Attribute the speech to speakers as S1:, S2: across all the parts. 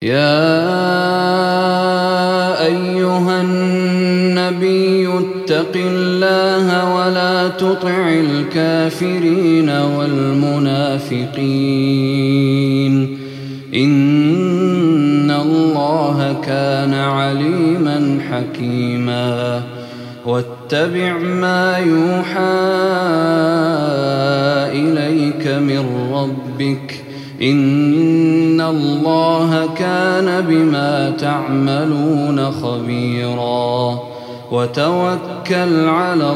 S1: يا أيها النبي اتق الله ولا تطع الكافرين والمنافقين إن الله كان عليما حكيما واتبع ما يوحى إليك من ربك إن الله كان بما تعملون خبيرا وتوكل على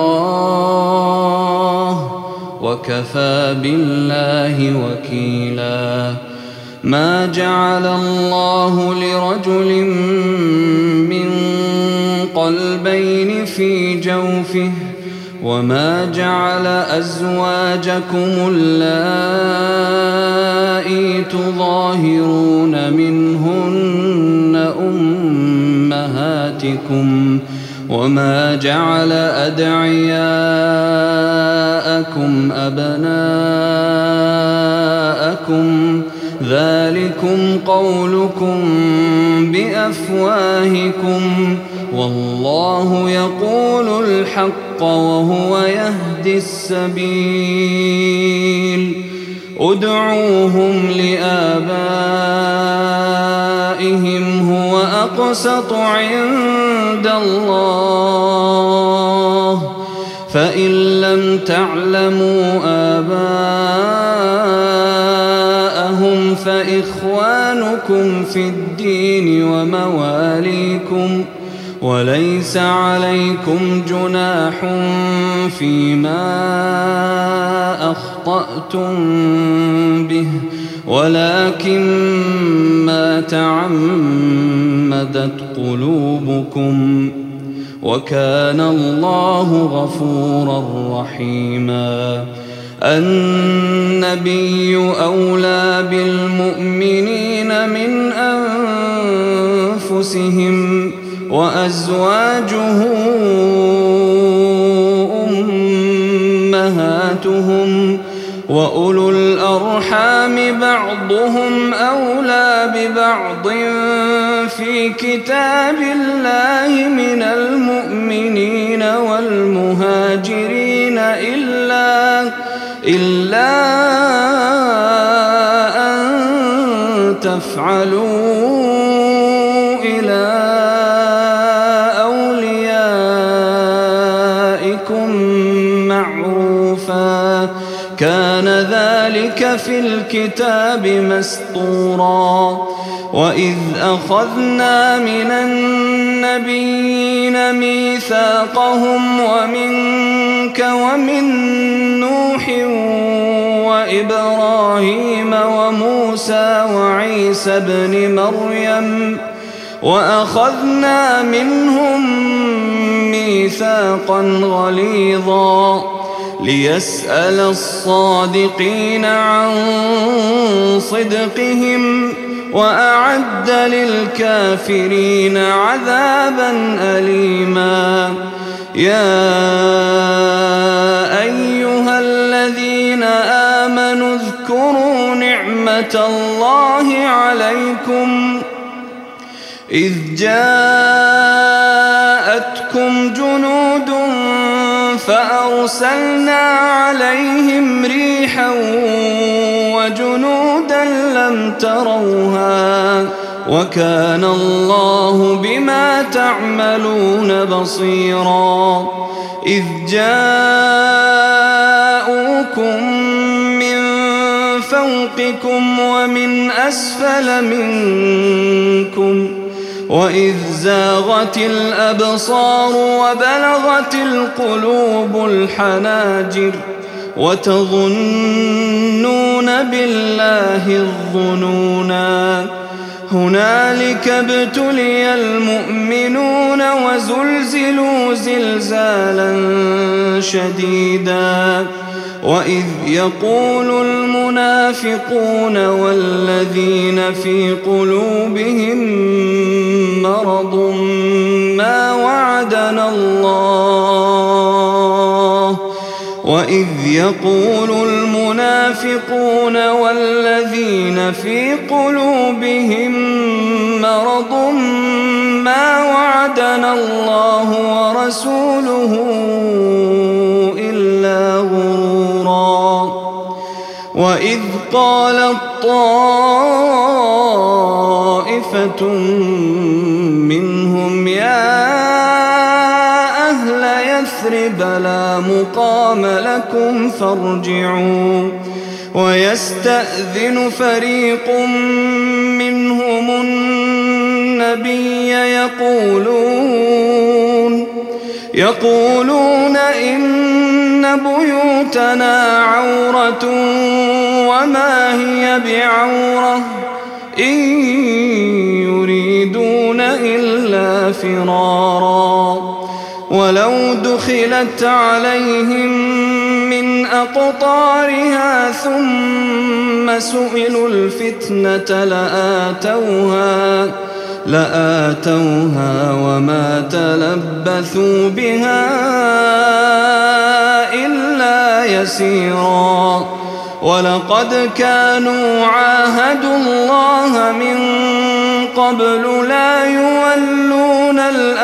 S1: الله وكفى بالله وكيلا ما جعل الله لرجل من قلبين في جوفه وما جعل أزواجكم اللائي تظاهرون منهن أمهاتكم وما جعل أدعياءكم أبناءكم ذلكم قولكم بأفواهكم والله يقول الحق وهو يهدي السبيل ادعوهم لآبائهم هو أقسط عند الله فإن لم تعلموا آباءهم فإخوانكم في الدين ومواليكم وليس عليكم جناح فيما أخطأتم به ولكن ما تعمدت قلوبكم وكان الله غفورا رحيما النبي أولى بالمؤمنين من أنفسهم وأزواجه أمهاتهم وأولو الأرحام بعضهم أولى ببعض في كتاب الله من المؤمنين والمهاجرين إلا أن تفعلوا إلى أوليائكم معروفا كان ذلك في الكتاب مسطورا وإذ أخذنا من النبيين ميثاقهم ومنك ومن نوح وإبراهيم وموسى وعيسى ابن مريم وأخذنا منهم ميثاقا غليظا ليسأل الصادقين عن صدقهم وأعد للكافرين عذابا أليما يا أيها الذين آمنوا اذكروا نعمة الله عليكم إذ جاءتكم جنود فأرسلنا عليهم ريحا وجنودا لم تروها وكان الله بما تعملون بصيرا إذ جاءوكم من فوقكم ومن أسفل منكم وإذ زاغت الأبصار وبلغت القلوب الحناجر وتظنون بالله الظنونا هنالك ابتلي المؤمنون وزلزلوا زلزالا شديدا وإذ يقول المنافقون والذين في قلوبهم مرض ما وعدنا الله وإذ يقول المنافقون والذين في قلوبهم مرض ما وعدنا الله ورسوله إلا غرورا. وإذ قالت طائفة منهم يا أهل يثرب لا مقام لكم فارجعوا ويستأذن فريق منهم النبي يقولون إن بيوتنا عورة وما هي بعورة إن يريدون إلا فرارا. ولو دخلت عليهم من أقطارها ثم سئلوا الفتنة لآتوها وما تلبثوا بها إلا يسيرا. ولقد كانوا عاهدوا الله من قبل لا يولون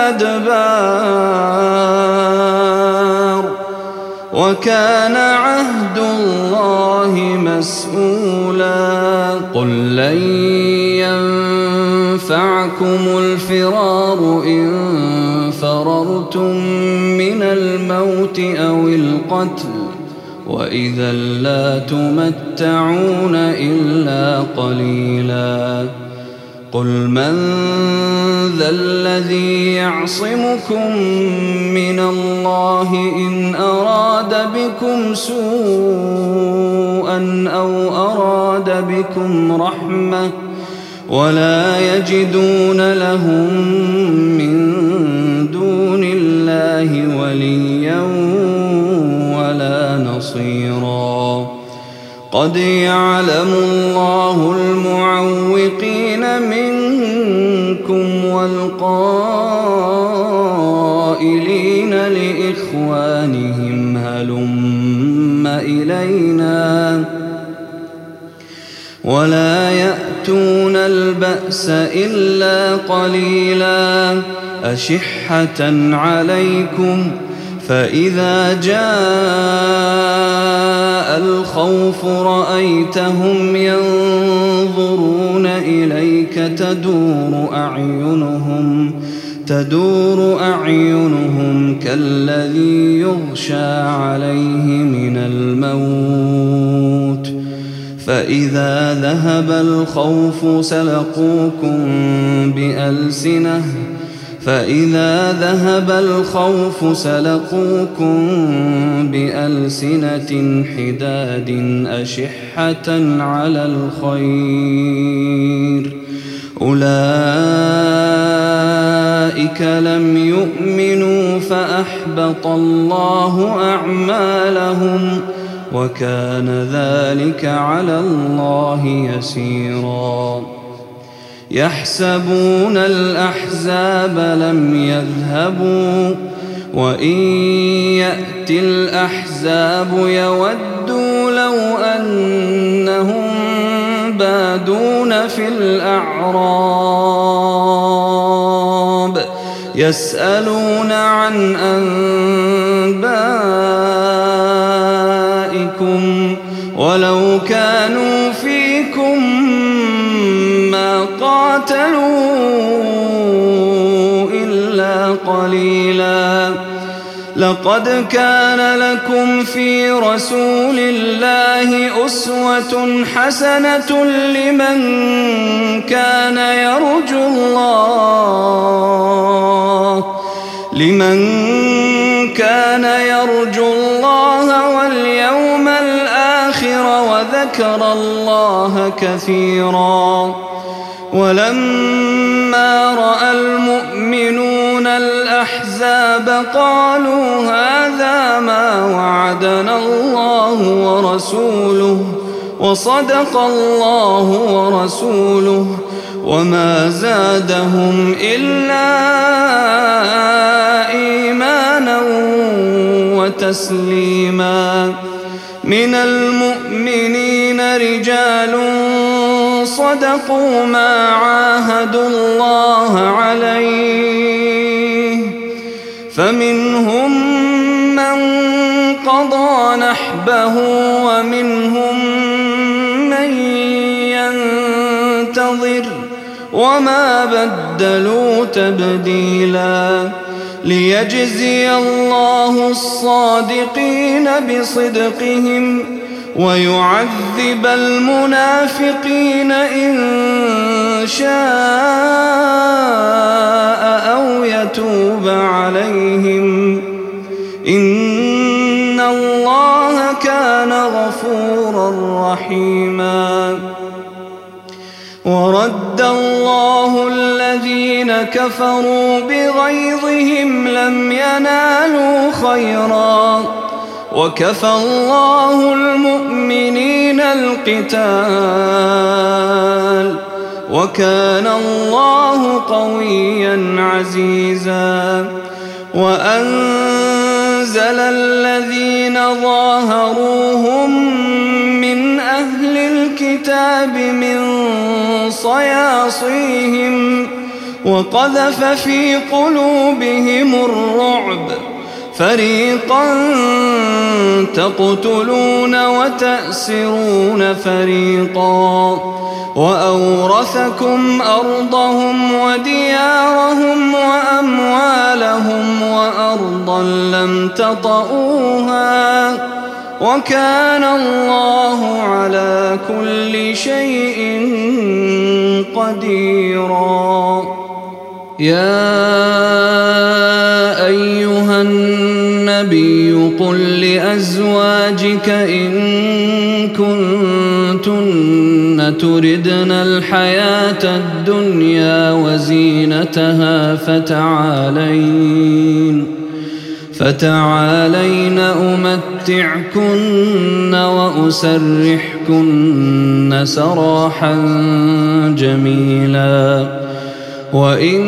S1: الأدبار وكان عهد الله مسؤولا. قل لن ينفعكم الفرار إن فررتم من الموت أو القتل وإذا لا تمتعون إلا قليلا. قل من ذا الذي يعصمكم من الله إن أراد بكم سوءا أو أراد بكم رحمة ولا يجدون لهم من دون الله وليا ولا نصيرا. قد يعلم الله المعوقين منكم والقائلين لإخوانهم هلم إلينا ولا يأتون البأس إلا قليلا أشحة عليكم فإذا جاء الخوف رأيتهم ينظرون إليك تدور أعينهم كالذي يغشى عليه من الموت فإذا ذهب الخوف سلقوكم بألسنة حداد أشحة على الخير أولئك لم يؤمنوا فأحبط الله أعمالهم وكان ذلك على الله يسيرا. يحسبون الأحزاب لم يذهبوا وإن يأتي الأحزاب يودوا لو أنهم بادون في الأعراب يسألون عن أنبائكم ولو كانوا فيكم ما قاتلوا إلا قليلا. لقد كان لكم في رسول الله أسوة حسنة لمن كان يرجو الله واليوم الآخر وذكر الله كثيرا. ولما رأى المؤمنون الأحزاب قالوا هذا ما وعدنا الله ورسوله وصدق الله ورسوله وما زادهم إلا إيمانا وتسليما. من المؤمنين رجال صدقوا ما عاهدوا الله فمنهم من قضى نحبه ومنهم من ينتظر وما بدلوا تبديلا ليجزي الله الصادقين بصدقهم ويعذب المنافقين إن شاء أو يتوب عليهم إن الله كان غفورا رحيما ورد الله الذين كفروا بغيظهم لم ينالوا خيرا وكفى الله المؤمنين القتال وكان الله قويا عزيزا وأنزل الذين ظاهروهم من أهل الكتاب من صياصيهم وقذف في قلوبهم الرعب فريقا تقتلون وتأسرون فريقا وأورثكم أرضهم وديارهم وأموالهم وأرضا لم تطئوها وكان الله على كل شيء قديرا يا أيها النبي قل لأزواجك إن كنتن تردن الحياة الدنيا وزينتها فتعالين أمتعكن وأسرحكن سراحا جميلا وإن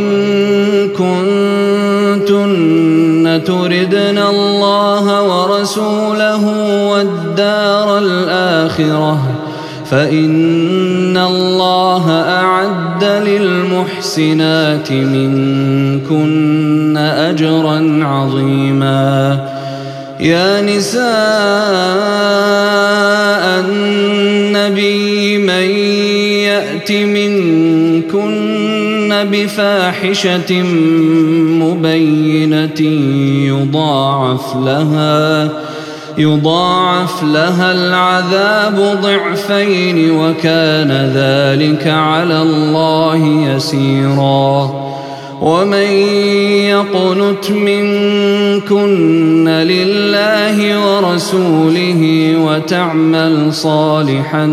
S1: كنتن تردن الله ورسوله والدار الآخرة فإن الله أعد للمحسنات منكن أجرا عظيما يا نساء النبي من يأت منكن بفاحشة مبينة يضاعف لها العذاب ضعفين وكان ذلك على الله يسيرا ومن يقنت منكن لله ورسوله وتعمل صالحا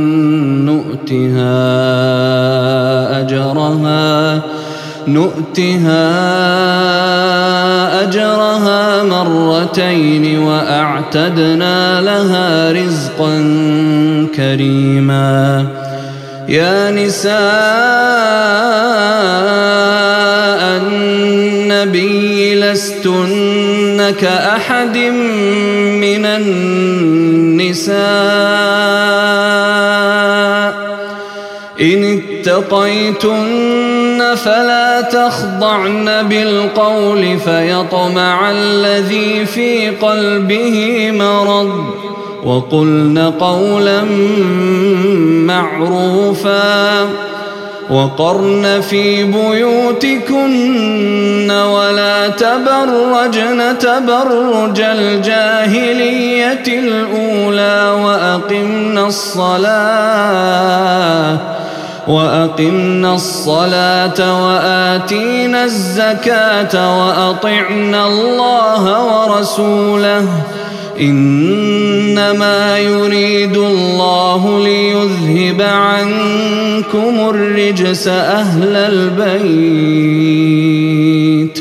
S1: نؤتها أجرها مرتين وأعتدنا لها رزقا كريما يا نساء النبي لستن كأحد من النساء إن اتقيتن فلا تخضعن بالقول فيطمع الذي في قلبه مرض وقلن قولا معروفا وقرن في بيوتكن ولا تبرجن تبرج الجاهلية الأولى وأقمنا الصلاة وآتينا الزكاة وأطعنا الله ورسوله إنما يريد الله ليذهب عنكم الرجس أهل البيت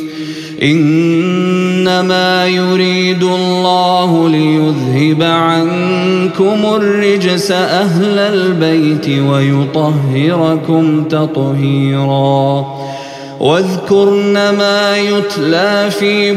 S1: إنما يريد الله ليذهب عنكم الرجس أهل البيت ويطهركم تطهيرا واذكرن ما يتلى في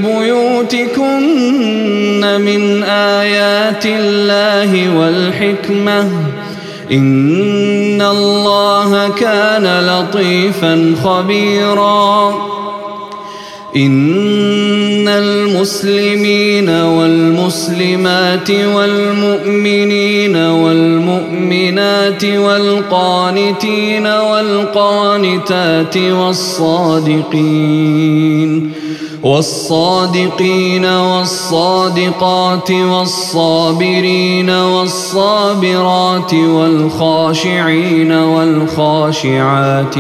S1: بيوتكن من آيات الله والحكمة إن الله كان لطيفا خبيرا إن المسلمين والمسلمات والمؤمنين والمؤمنات والقانتين والقانتات والصادقين والصادقات والصابرين والصابرات والخاشعين والخاشعات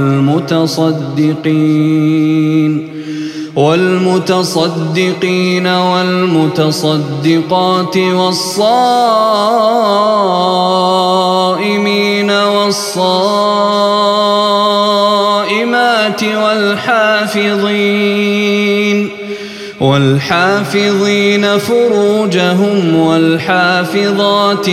S1: والمتصدقين والمتصدقات والصائمين والصائمات والحافظين فروجهم والحافظات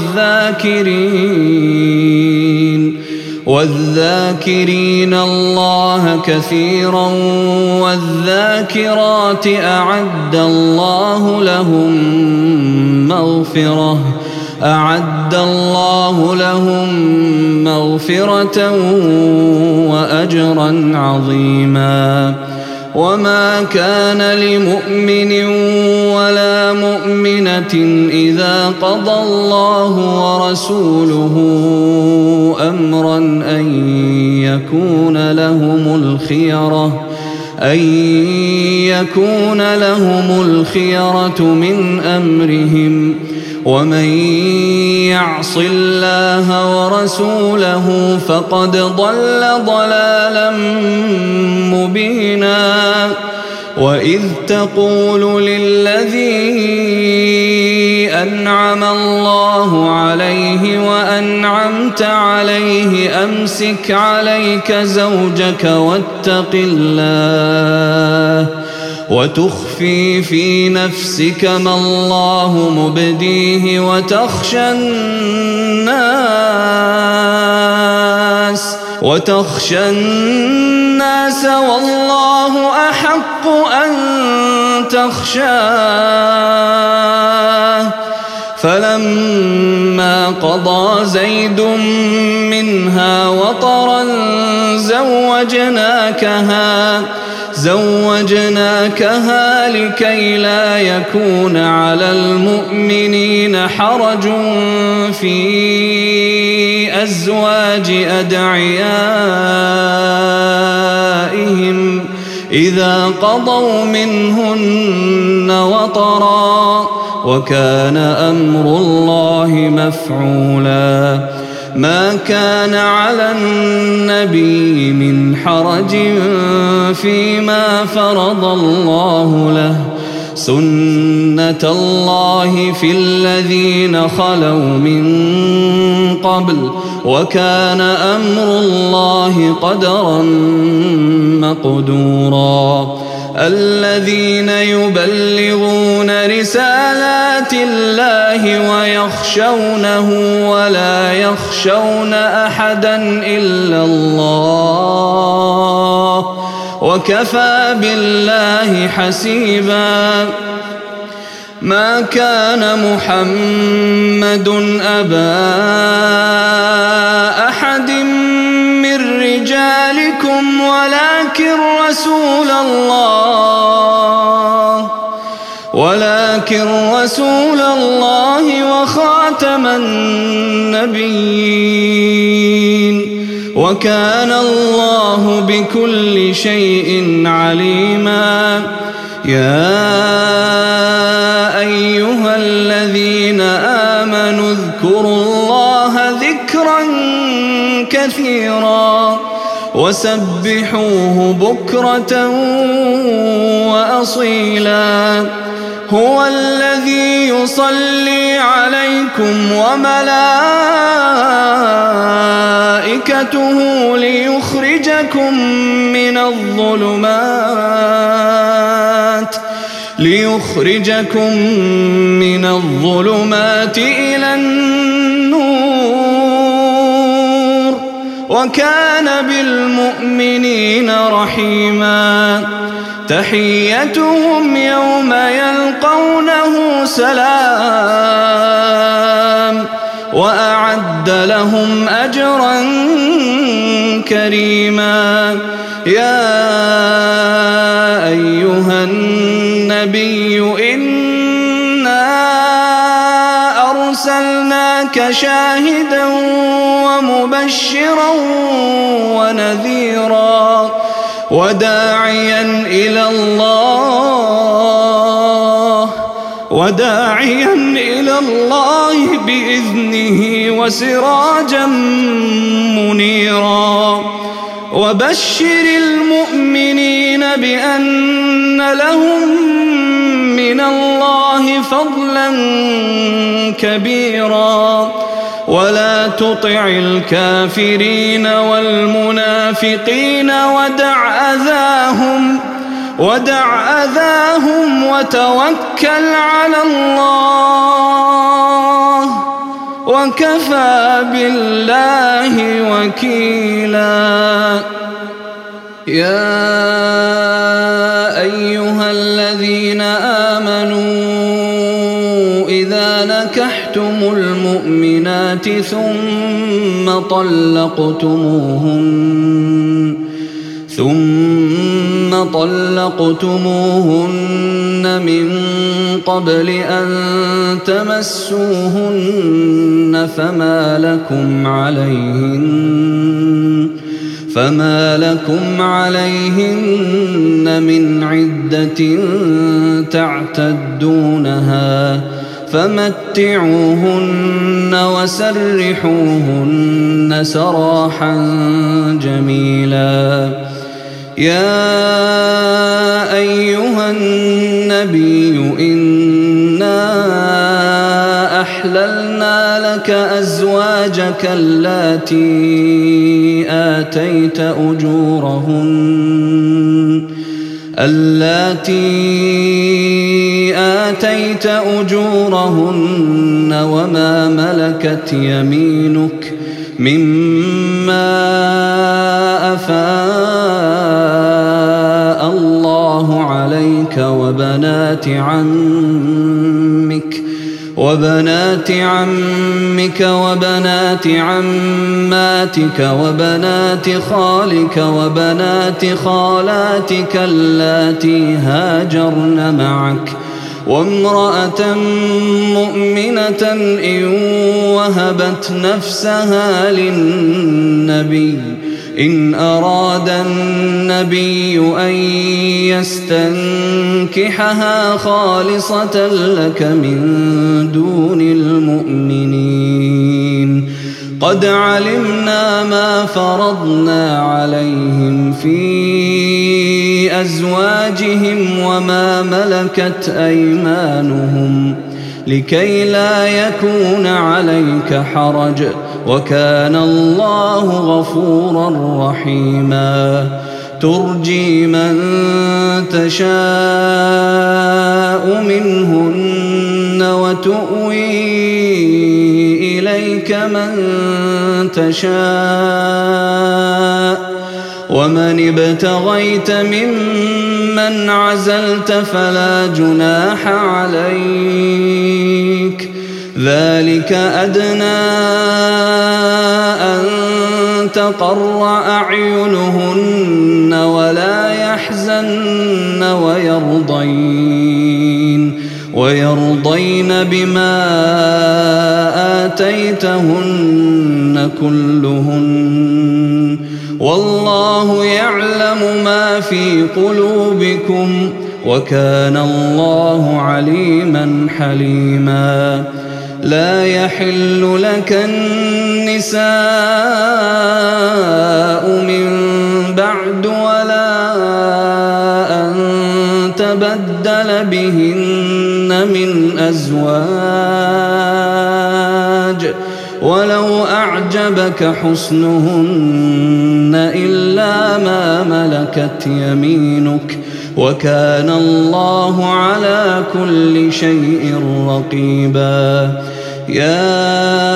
S1: والذاكرين الله كثيرا والذاكرات أعد الله لهم مغفرة وأجرا عظيما. وما كان لمؤمن ولا مؤمنة إذا قضى الله ورسوله أمرا أن يكون لهم الخيرة من أمرهم ومن يعص الله ورسوله فقد ضل ضلالا مبينا. وإذ تقول للذي أنعم الله عليه وأنعمت عليه أمسك عليك زوجك واتق الله وتخفي في نفسك ما الله مبديه وتخشى الناس والله أحق أن تخشاه. فلما قضى زيد منها وطرا زوجناكها لكي لا يكون على المؤمنين حرج في أزواج أدعيائهم إذا قضوا منهن وطرا وكان أمر الله مفعولا. ما كان على النبي من حرج فيما فرض الله له سنة الله في الذين خلوا من قبل وكان أمر الله قدرا مقدورا. الذين يبلغون رسالات الله ويخشونه ولا يخشون أحدا إلا الله وكفى بالله حسيبا. ما كان محمد أبا أحد من رجالكم ولكن رسول الله وخاتم النبيين وكان الله بكل شيء عليما. يا أيها الذين آمنوا اذكروا الله ذكرا كثيرا وسبحوه بكرة وأصيلا. هو الذي يصلي عليكم وملائكته ليخرجكم من الظلمات إلى النور وكان بالمؤمنين رحيما. تحيتهم يوم يلقونه سلام وأعد لهم أجرا كريما. يا أرسلناك شاهدا ومبشرا ونذيرا وداعيا إلى الله بإذنه وسراجا منيرا وبشر المؤمنين بأن لهم من الله فضلا كبيرا ولا تطع الكافرين والمنافقين ودع أذاهم وتوكل على الله وكفى بالله وكيلا. يا أيها الذين آمنوا إذا نكحتم المؤمنات ثم طلقتموهن من قبل أن تمسوهن فما لكم عليهن من عدة تعتدونها فمتعوهن وسرحوهن سراحا جميلا. يا أيها النبي إنا أحللنا لك أزواجك اللاتي آتيت أجورهن وما ملكت يمينك مما أفاء الله عليك وبنات عمك وبنات عماتك وبنات خالك وبنات خالاتك اللاتي هاجرن معك وامرأة مؤمنة إن وهبت نفسها للنبي إن أراد النبي أن يستنكحها خالصة لك من دون المؤمنين. قد علمنا ما فرضنا عليهم في أزواجهم وما ملكت أيمانهم لكي لا يكون عليك حرج وكان الله غفورا رحيما. ترجي من تشاء منهن وتؤوي إليك من تشاء ومن ابتغيت ممن عزلت فلا جناح عليك ذلك أدنى أن تقر أعينهن ولا يحزن ويرضين بما آتيتهن كلهن والله يعلم ما في قلوبكم وكان الله عليما حليما. لا يحل لك النساء من بعد ولا أن تبدل بهن من أزواج ولو أعجبك حسنهن إلا ما ملكت يمينك وكان الله على كل شيء رقيبا. يا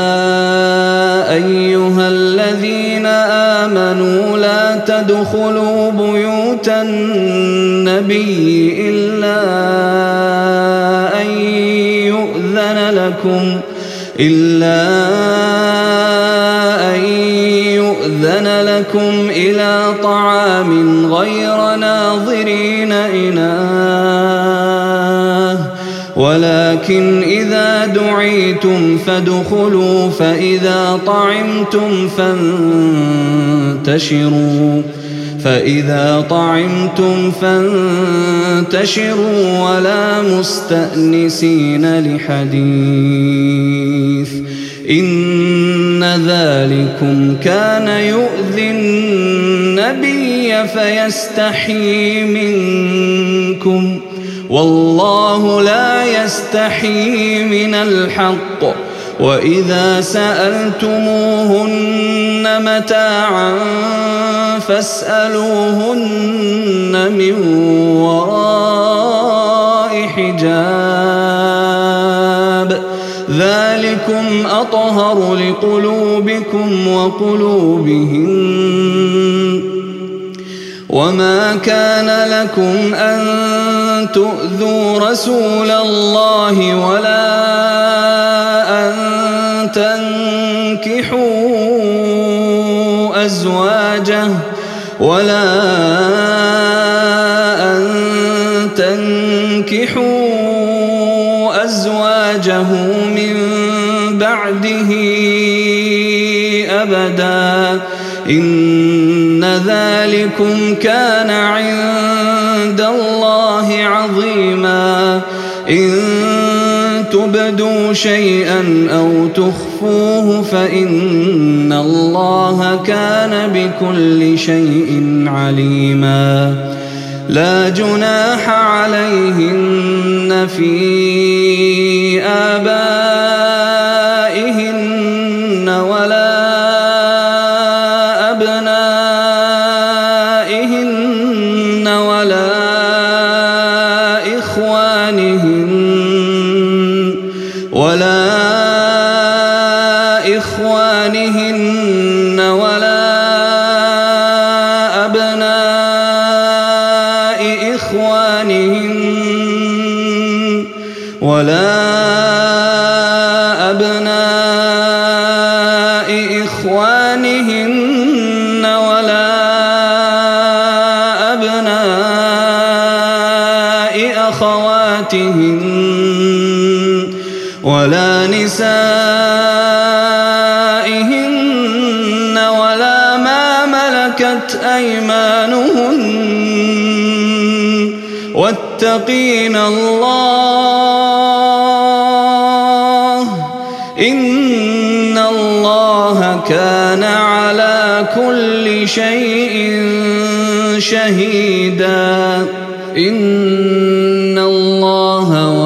S1: أيها الذين آمنوا لا تدخلوا بيوت النبي إلا أن يؤذن لكم إلى طعام غير ناظرين إناه ولكن إذا دعيتم فادخلوا فإذا طعمتم فانتشروا ولا مستأنسين لحديث إن ذلكم كان يؤذي النبي فيستحيي منكم والله لا يستحيي من الحق وإذا سألتموهن متاعا فاسألوهن من وراء حجاب ذلكم أطهر لقلوبكم وقلوبهن وما كان لكم أن تؤذوا رسول الله ولا أن تنكحوا أزواجه من بعده أبدا إن ذلكم كان عند الله عظيما إن تبدوا شيئا أو تخفوه فإن الله كان بكل شيء عليما لا جناح عليهن في آبائهن ولا أبنائهن ولا إخوانهن ولا أبناء إخوانهن ولا أبناء أخواتهن ولا نسائهن ولا ما ملكت أيمانهن واتقين الله إن الله كان على كل شيء شهيدا إن الله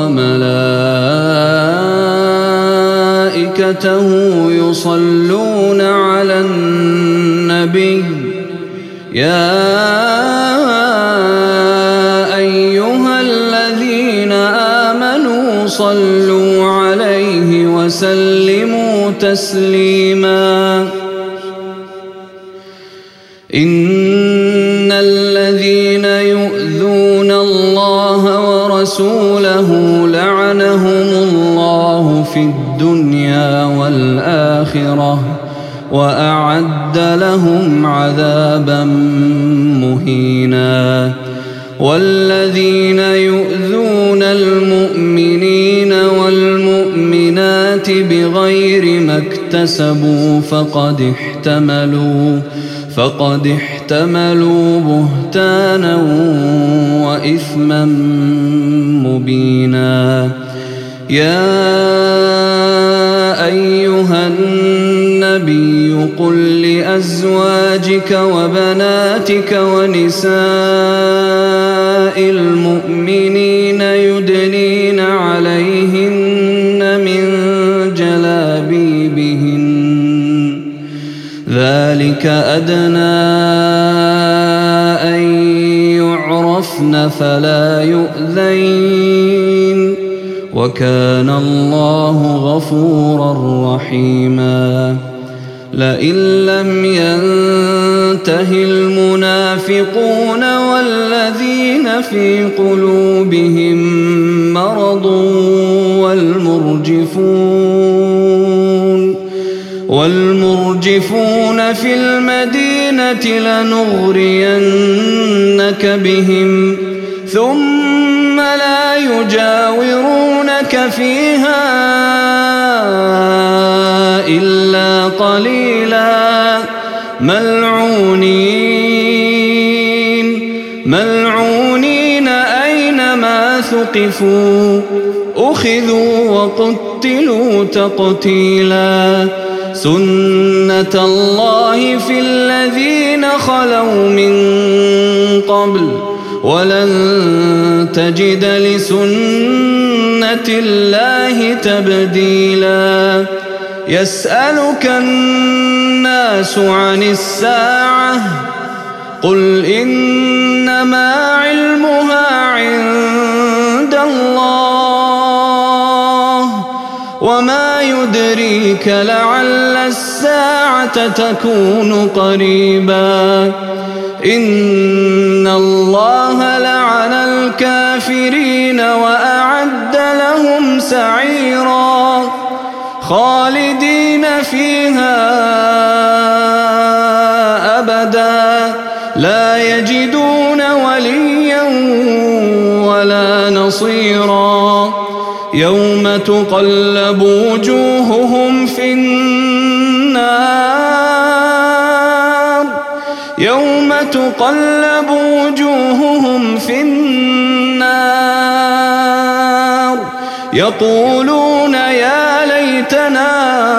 S1: وملائكته يصلون على النبي يا أيها الذين آمنوا صلوا عليه وسلموا تسليما إن الذين يؤذون الله ورسوله لعنهم الله في الدنيا والآخرة وأعد لهم عذابا مهينا والذين يؤذون المؤمنين والمؤمنات بغير ما اكتسبوا فقد احتملوا بهتانا وإثما مبينا يا أيها النبي قل لأزواجك وبناتك ونساء المؤمنين يدنين عليهن من جلابيبهن ذلك أدنى أن يعرفن فلا يؤذين وكان الله غفورا رحيما لئن لم ينته المنافقون والذين في قلوبهم مرض والمرجفون في المدينة لنغرينك بهم ثم لا يجاورونك لك فيها إلا قليلا ملعونين أينما ثقفوا أخذوا وقتلوا تقتيلا سنة الله في الذين خلوا من قبل ولن تجد لسنة الله تبديلا يسألك الناس عن الساعة قل إنما علمها عند الله وما يدريك لعل الساعة تكون قريبا إن الله لعن الكافرين وأعد لهم سعيرا خالدين فيها أبدا لا يجدون وليا ولا نصيرا يوم تقلب وجوههم في النار يقولون يا ليتنا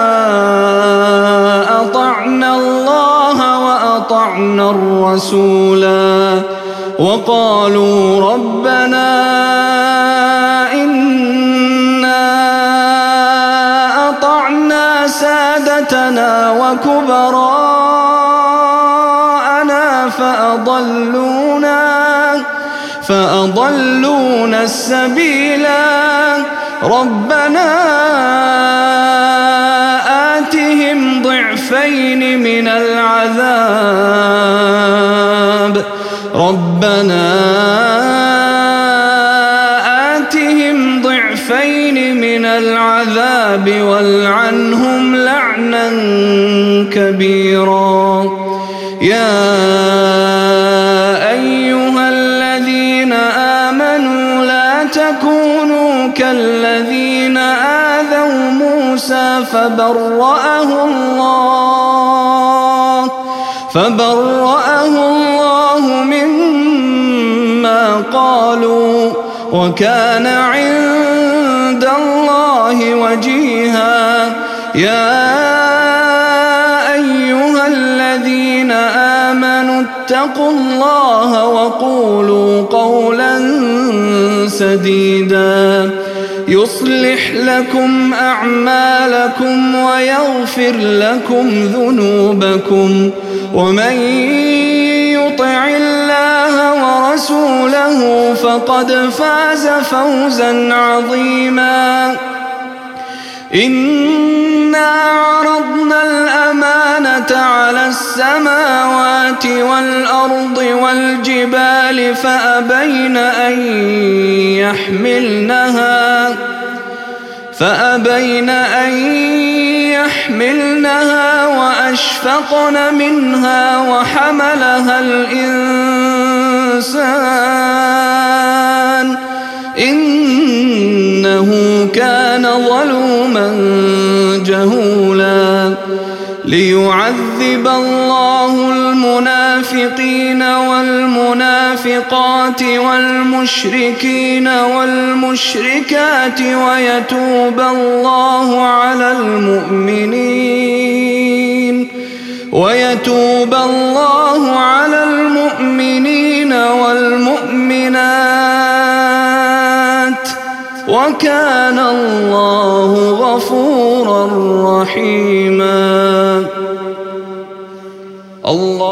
S1: أطعنا الله وأطعنا الرسولا وقالوا ربنا إنا أطعنا سادتنا وكبراءنا فأضلونا السبيلا ربنا آتهم ضعفين من العذاب والعنهم لعنا كبيرا يا أيها الذين آمنوا لا تكونوا كالذين آذوا موسى فبرأه الله مما قالوا وكان عند الله وجيها يا أيها الذين آمنوا اتقوا الله وقولوا قولا سديدا يصلح لكم أعمالكم ويغفر لكم ذنوبكم ومن يطع الله ورسوله فقد فاز فوزا عظيما إنا عرضنا الأمانة على السماوات والأرض والجبال فأبين أن يحملنها وأشفقن منها وحملها الإنسان إنه كان ظلوما جهولا ليعذب الله المنافقين والمنافقات والمشركين والمشركات ويتوب الله على المؤمنين والمؤمنات وكان الله غفورا رحيما الله